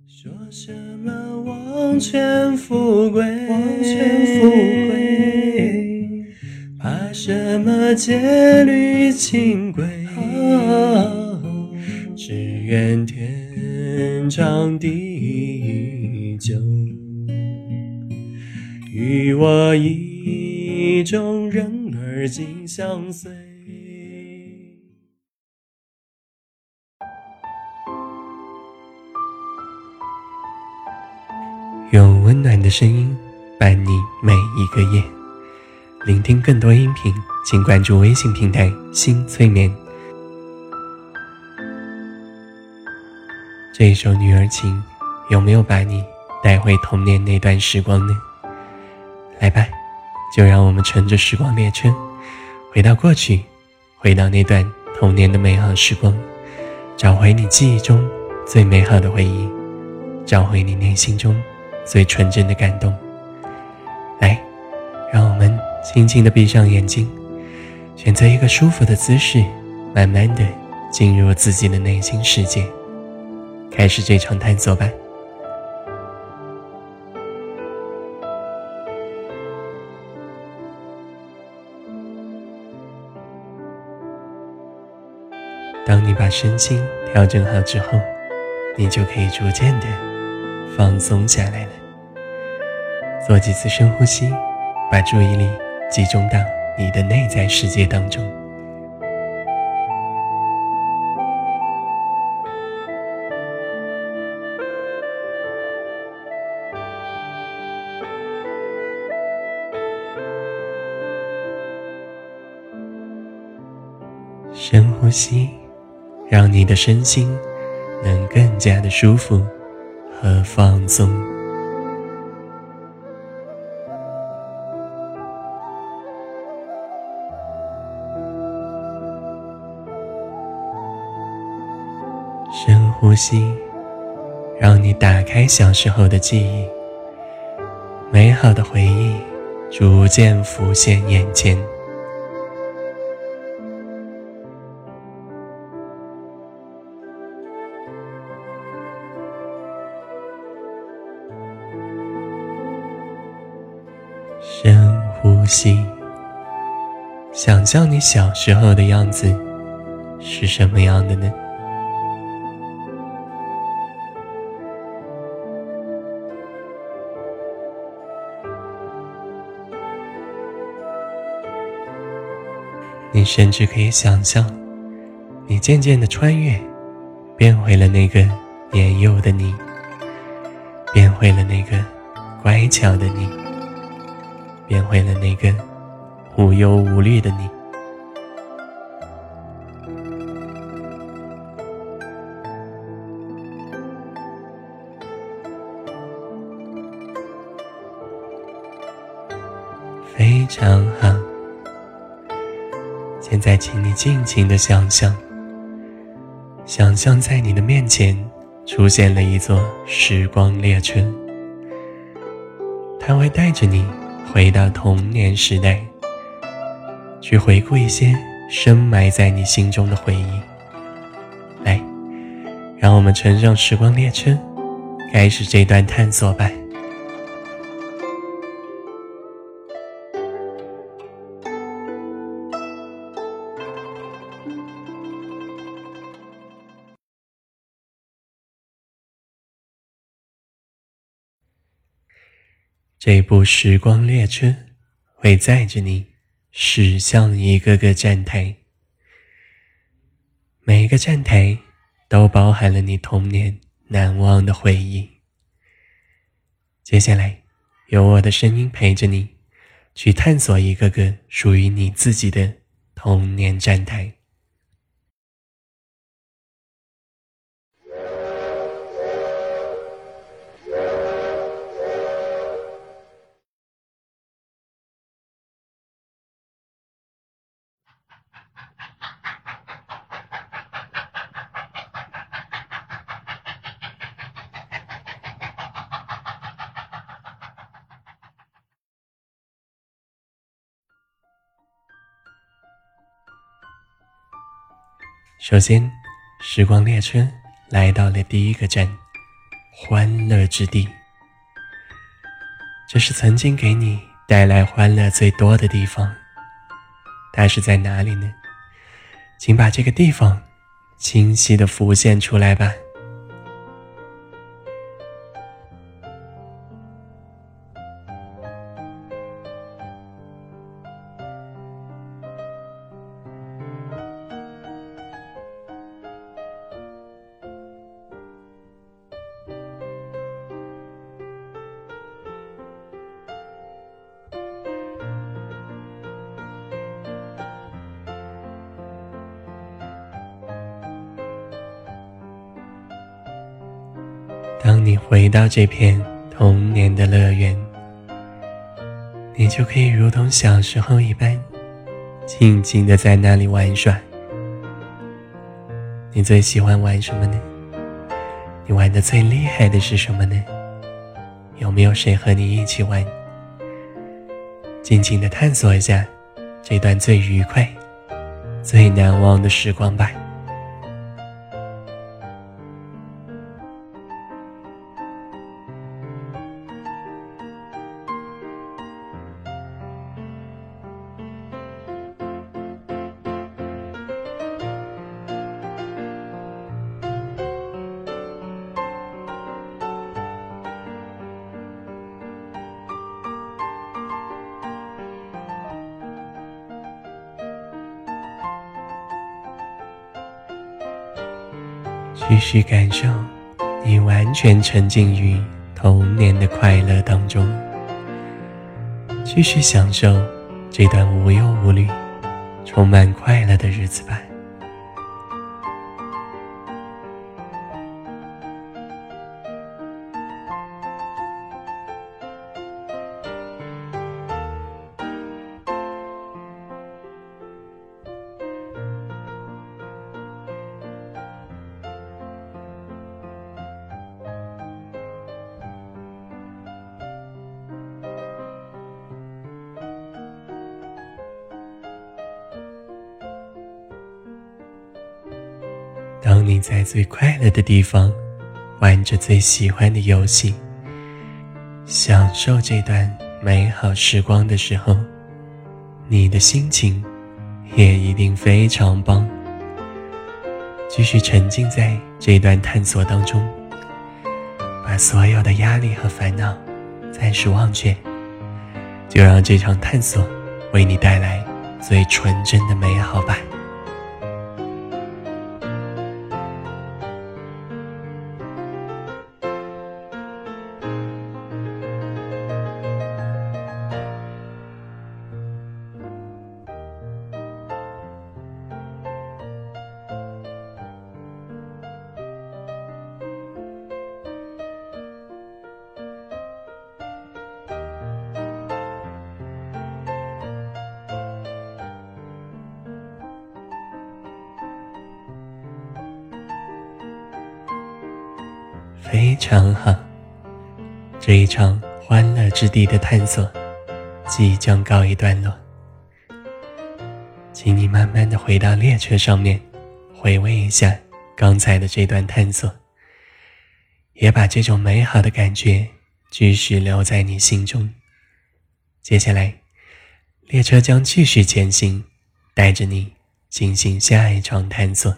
说什么王权富贵，怕什么戒律清规，只愿天长地久，与我意中人儿紧相随。用温暖的声音伴你每一个夜。聆听更多音频，请关注微信平台新催眠。这一首《女儿情》有没有把你带回童年那段时光呢？来吧，就让我们乘着时光列车回到过去，回到那段童年的美好时光，找回你记忆中最美好的回忆，找回你内心中最纯真的感动。来，让我们轻轻地闭上眼睛，选择一个舒服的姿势，慢慢地进入自己的内心世界，开始这场探索吧。当你把身心调整好之后，你就可以逐渐地放松下来了。做几次深呼吸，把注意力集中到你的内在世界当中。深呼吸，让你的身心能更加的舒服和放松。深呼吸，让你打开小时候的记忆，美好的回忆逐渐浮现眼前。深呼吸，想象你小时候的样子是什么样的呢？你甚至可以想象，你渐渐地穿越，变回了那个年幼的你，变回了那个乖巧的你，变回了那个无忧无虑的你。非常好。现在请你尽情地想象，想象在你的面前出现了一座时光列车，它会带着你回到童年时代，去回顾一些深埋在你心中的回忆。来，让我们乘上时光列车，开始这段探索吧。这部时光列车会载着你驶向一个个站台，每个站台都包含了你童年难忘的回忆。接下来，由我的声音陪着你，去探索一个个属于你自己的童年站台。首先，时光列车来到了第一个站， 欢乐之地。这是曾经给你带来欢乐最多的地方，它是在哪里呢？请把这个地方清晰地浮现出来吧。当你回到这片童年的乐园，你就可以如同小时候一般，静静地在那里玩耍。你最喜欢玩什么呢？你玩得最厉害的是什么呢？有没有谁和你一起玩？静静地探索一下这段最愉快、最难忘的时光吧。继续感受你完全沉浸于童年的快乐当中，继续享受这段无忧无虑、充满快乐的日子吧。当你在最快乐的地方玩着最喜欢的游戏，享受这段美好时光的时候，你的心情也一定非常棒。继续沉浸在这段探索当中，把所有的压力和烦恼暂时忘却，就让这场探索为你带来最纯真的美好吧。非常好，这一场欢乐之地的探索即将告一段落，请你慢慢地回到列车上面，回味一下刚才的这段探索，也把这种美好的感觉继续留在你心中。接下来，列车将继续前行，带着你进行下一场探索。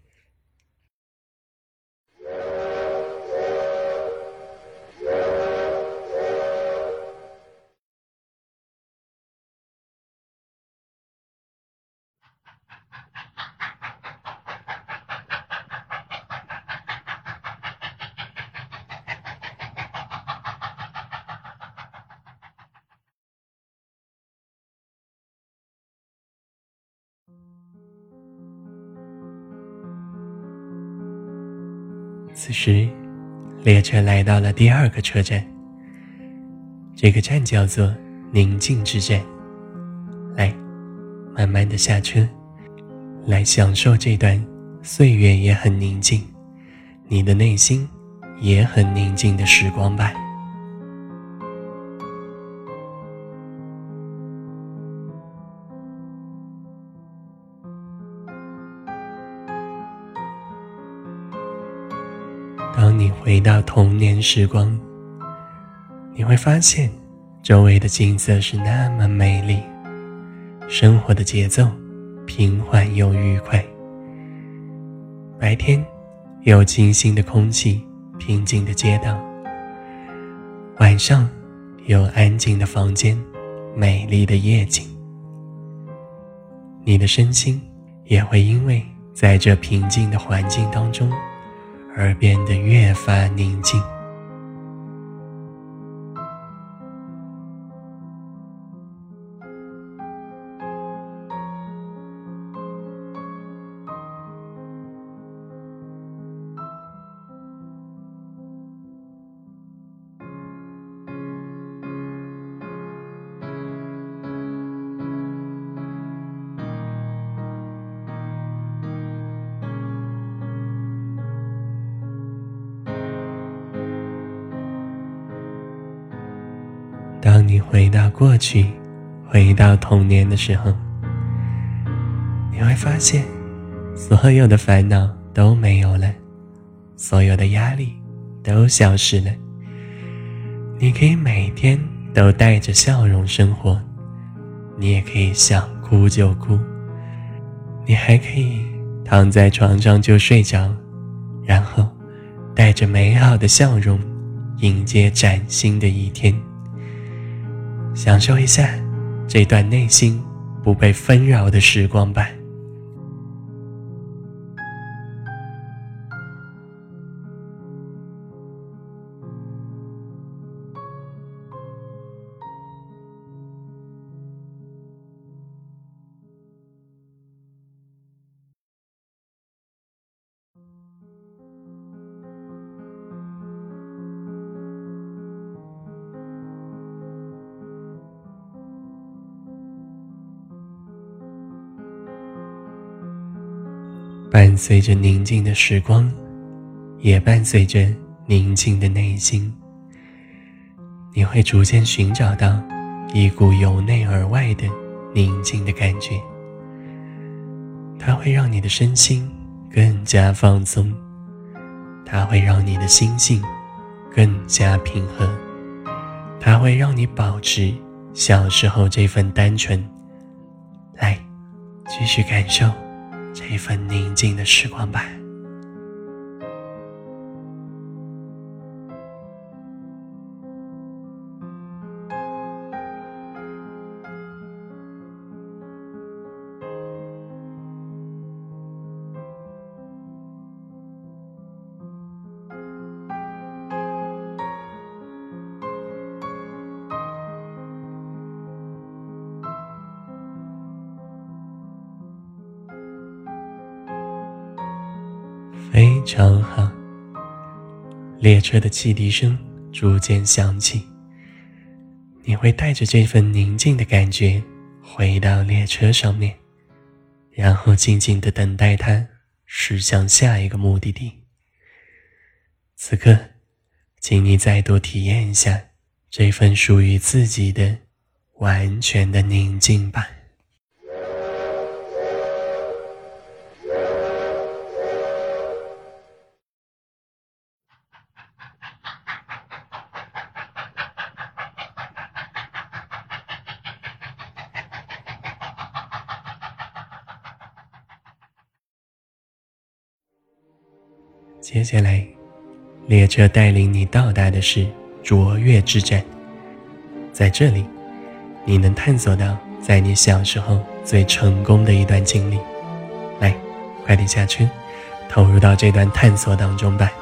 此时，列车来到了第二个车站，这个站叫做宁静之站。来，慢慢的下车，来享受这段岁月也很宁静，你的内心也很宁静的时光吧。当你回到童年时光，你会发现周围的景色是那么美丽，生活的节奏平缓又愉快。白天有清新的空气，平静的街道，晚上有安静的房间，美丽的夜景。你的身心也会因为在这平静的环境当中而变得越发宁静。当你回到过去，回到童年的时候，你会发现所有的烦恼都没有了，所有的压力都消失了。你可以每天都带着笑容生活，你也可以想哭就哭，你还可以躺在床上就睡着，然后带着美好的笑容迎接崭新的一天。享受一下这段内心不被纷扰的时光吧。伴随着宁静的时光，也伴随着宁静的内心，你会逐渐寻找到一股由内而外的宁静的感觉。它会让你的身心更加放松，它会让你的心性更加平和，它会让你保持小时候这份单纯。来，继续感受这份宁静的时光吧。非常好，列车的汽笛声逐渐响起，你会带着这份宁静的感觉回到列车上面，然后静静地等待它驶向下一个目的地。此刻，请你再度体验一下这份属于自己的完全的宁静吧。接下来，列车带领你到达的是卓越之站。在这里，你能探索到在你小时候最成功的一段经历。来，快点下车，投入到这段探索当中吧。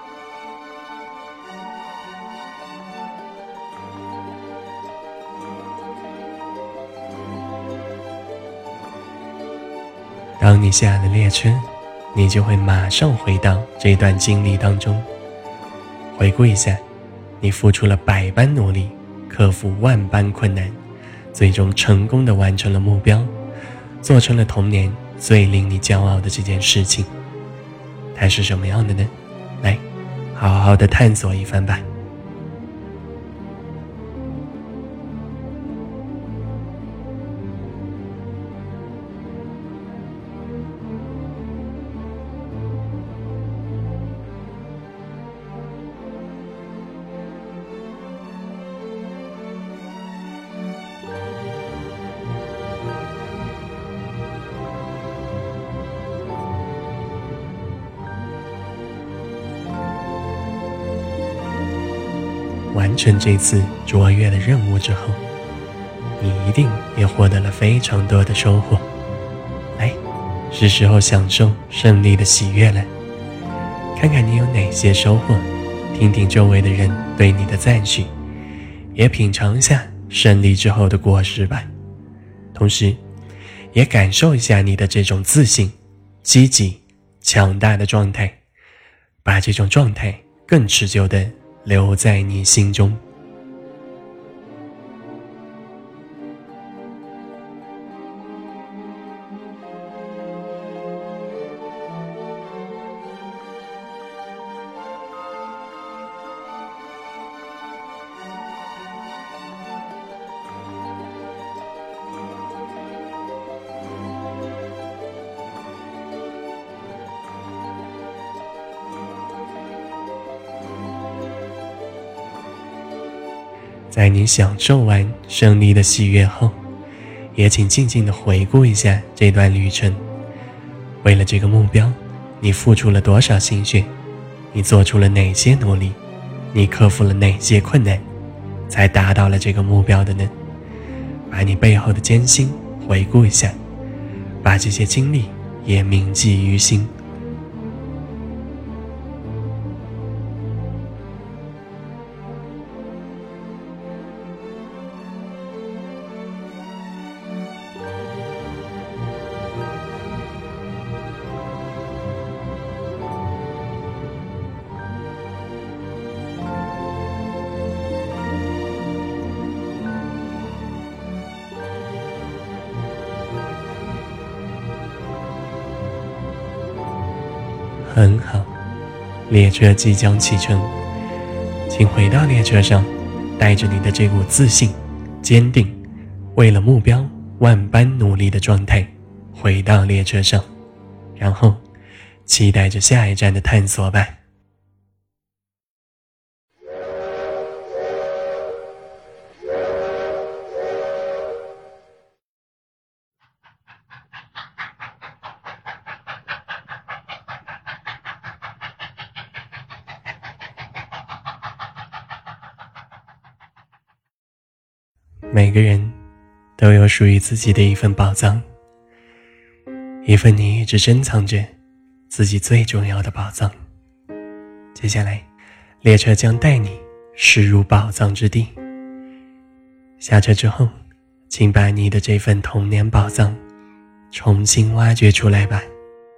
当你下了列车，你就会马上回到这段经历当中，回顾一下，你付出了百般努力，克服万般困难，最终成功地完成了目标，做成了童年最令你骄傲的这件事情。它是什么样的呢？来，好好的探索一番吧。 完成这次卓越的任务之后，你一定也获得了非常多的收获。来，是时候享受胜利的喜悦了。看看你有哪些收获，听听周围的人对你的赞许，也品尝一下胜利之后的果实吧。同时也感受一下你的这种自信、积极、强大的状态，把这种状态更持久地留在你心中。在你享受完胜利的喜悦后，也请静静地回顾一下这段旅程。为了这个目标，你付出了多少心血？你做出了哪些努力？你克服了哪些困难，才达到了这个目标的呢？把你背后的艰辛回顾一下，把这些经历也铭记于心。很好，列车即将启程，请回到列车上，带着你的这股自信、坚定，为了目标万般努力的状态，回到列车上，然后期待着下一站的探索吧。每个人都有属于自己的一份宝藏，一份你一直珍藏着自己最重要的宝藏。接下来，列车将带你驶入宝藏之地。下车之后，请把你的这份童年宝藏重新挖掘出来吧。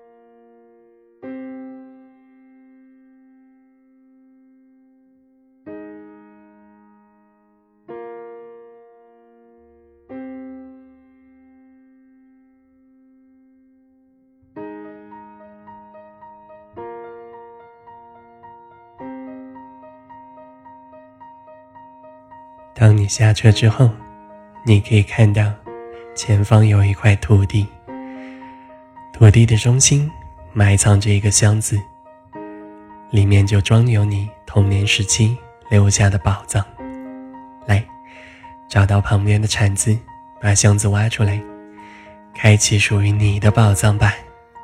当你下车之后，你可以看到前方有一块土地，土地的中心埋藏着一个箱子，里面就装有你童年时期留下的宝藏。来，找到旁边的铲子，把箱子挖出来，开启属于你的宝藏吧。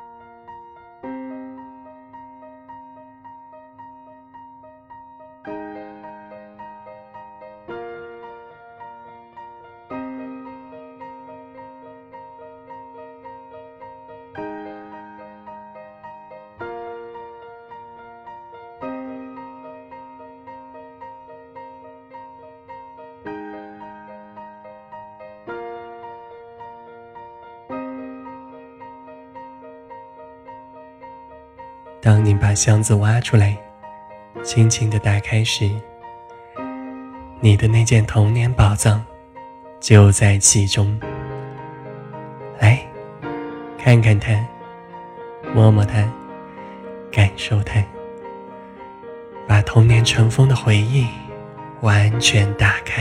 当你把箱子挖出来，轻轻地打开时，你的那件童年宝藏就在其中。来，看看它，摸摸它，感受它，把童年尘封的回忆完全打开。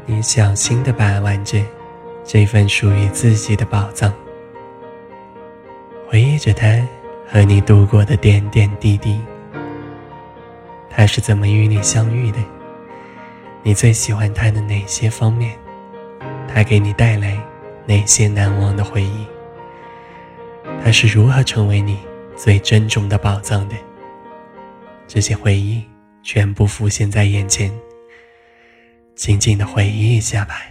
你小心地把玩着这份属于自己的宝藏，回忆着它和你度过的点点滴滴。它是怎么与你相遇的？你最喜欢它的哪些方面？它给你带来哪些难忘的回忆？它是如何成为你最珍重的宝藏的？这些回忆全部浮现在眼前，静静地回忆一下吧。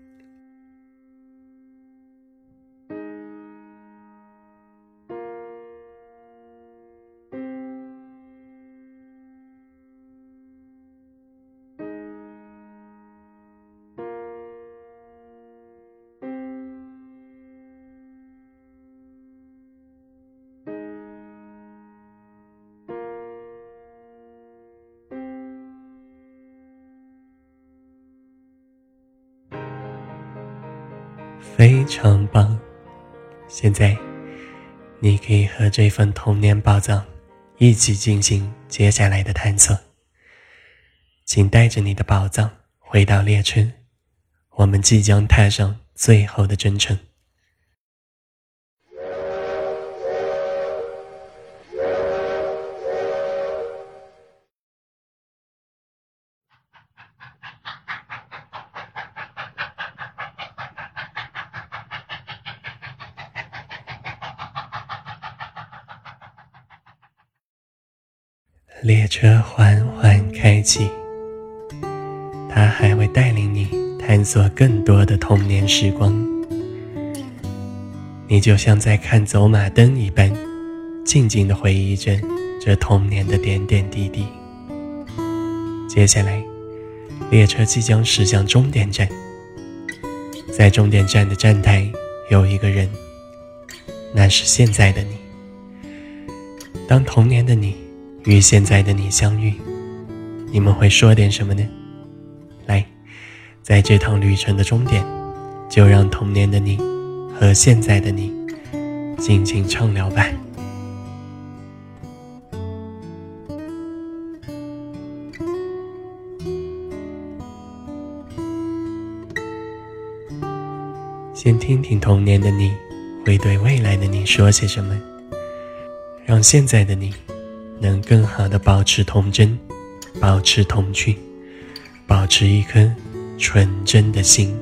非常棒，现在你可以和这份童年宝藏一起进行接下来的探索。请带着你的宝藏回到列车，我们即将踏上最后的征程。列车缓缓开启，它还会带领你探索更多的童年时光。你就像在看走马灯一般，静静地回忆着这童年的点点滴滴。接下来，列车即将驶向终点站，在终点站的站台有一个人，那是现在的你。当童年的你与现在的你相遇，你们会说点什么呢？来，在这趟旅程的终点，就让童年的你和现在的你尽情畅聊吧。先听听童年的你会对未来的你说些什么，让现在的你能更好地保持童真，保持童趣，保持一颗纯真的心。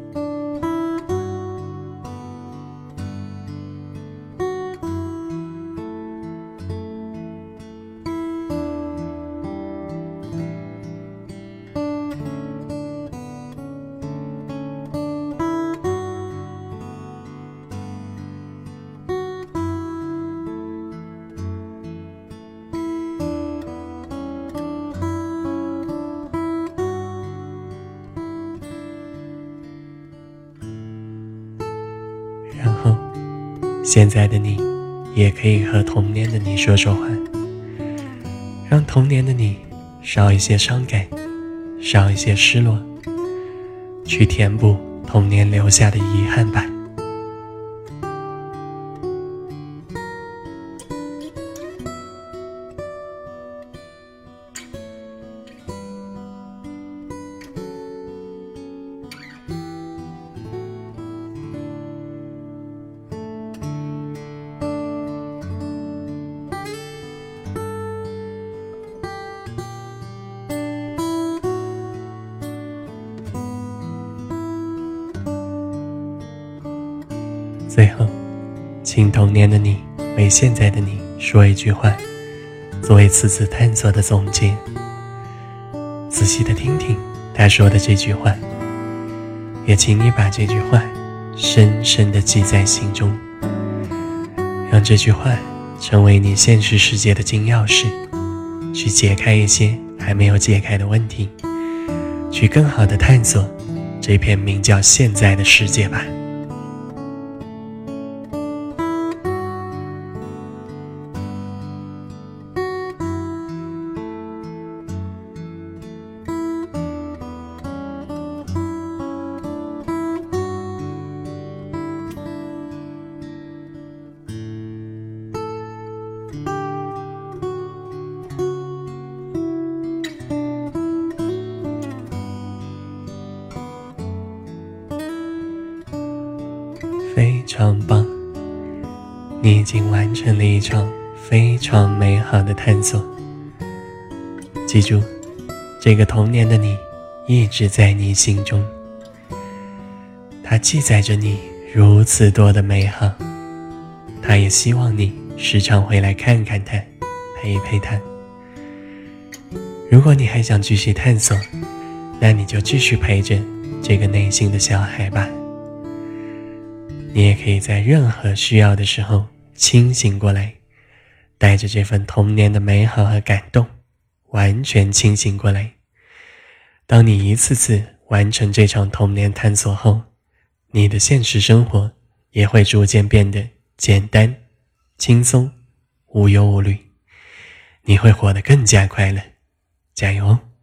然后，现在的你也可以和童年的你说说话，让童年的你少一些伤感，少一些失落，去填补童年留下的遗憾吧。最后，请童年的你为现在的你说一句话，作为此次探索的总结。仔细地听听他说的这句话，也请你把这句话深深地记在心中，让这句话成为你现实世界的金钥匙，去解开一些还没有解开的问题，去更好地探索这片名叫现在的世界吧。 你已经完成了一场非常美好的探索。记住，这个童年的你一直在你心中，它记载着你如此多的美好，它也希望你时常回来看看它，陪陪它。如果你还想继续探索，那你就继续陪着这个内心的小孩吧。你也可以在任何需要的时候清醒过来，带着这份童年的美好和感动，完全清醒过来。当你一次次完成这场童年探索后，你的现实生活也会逐渐变得简单、轻松、无忧无虑，你会活得更加快乐。加油哦！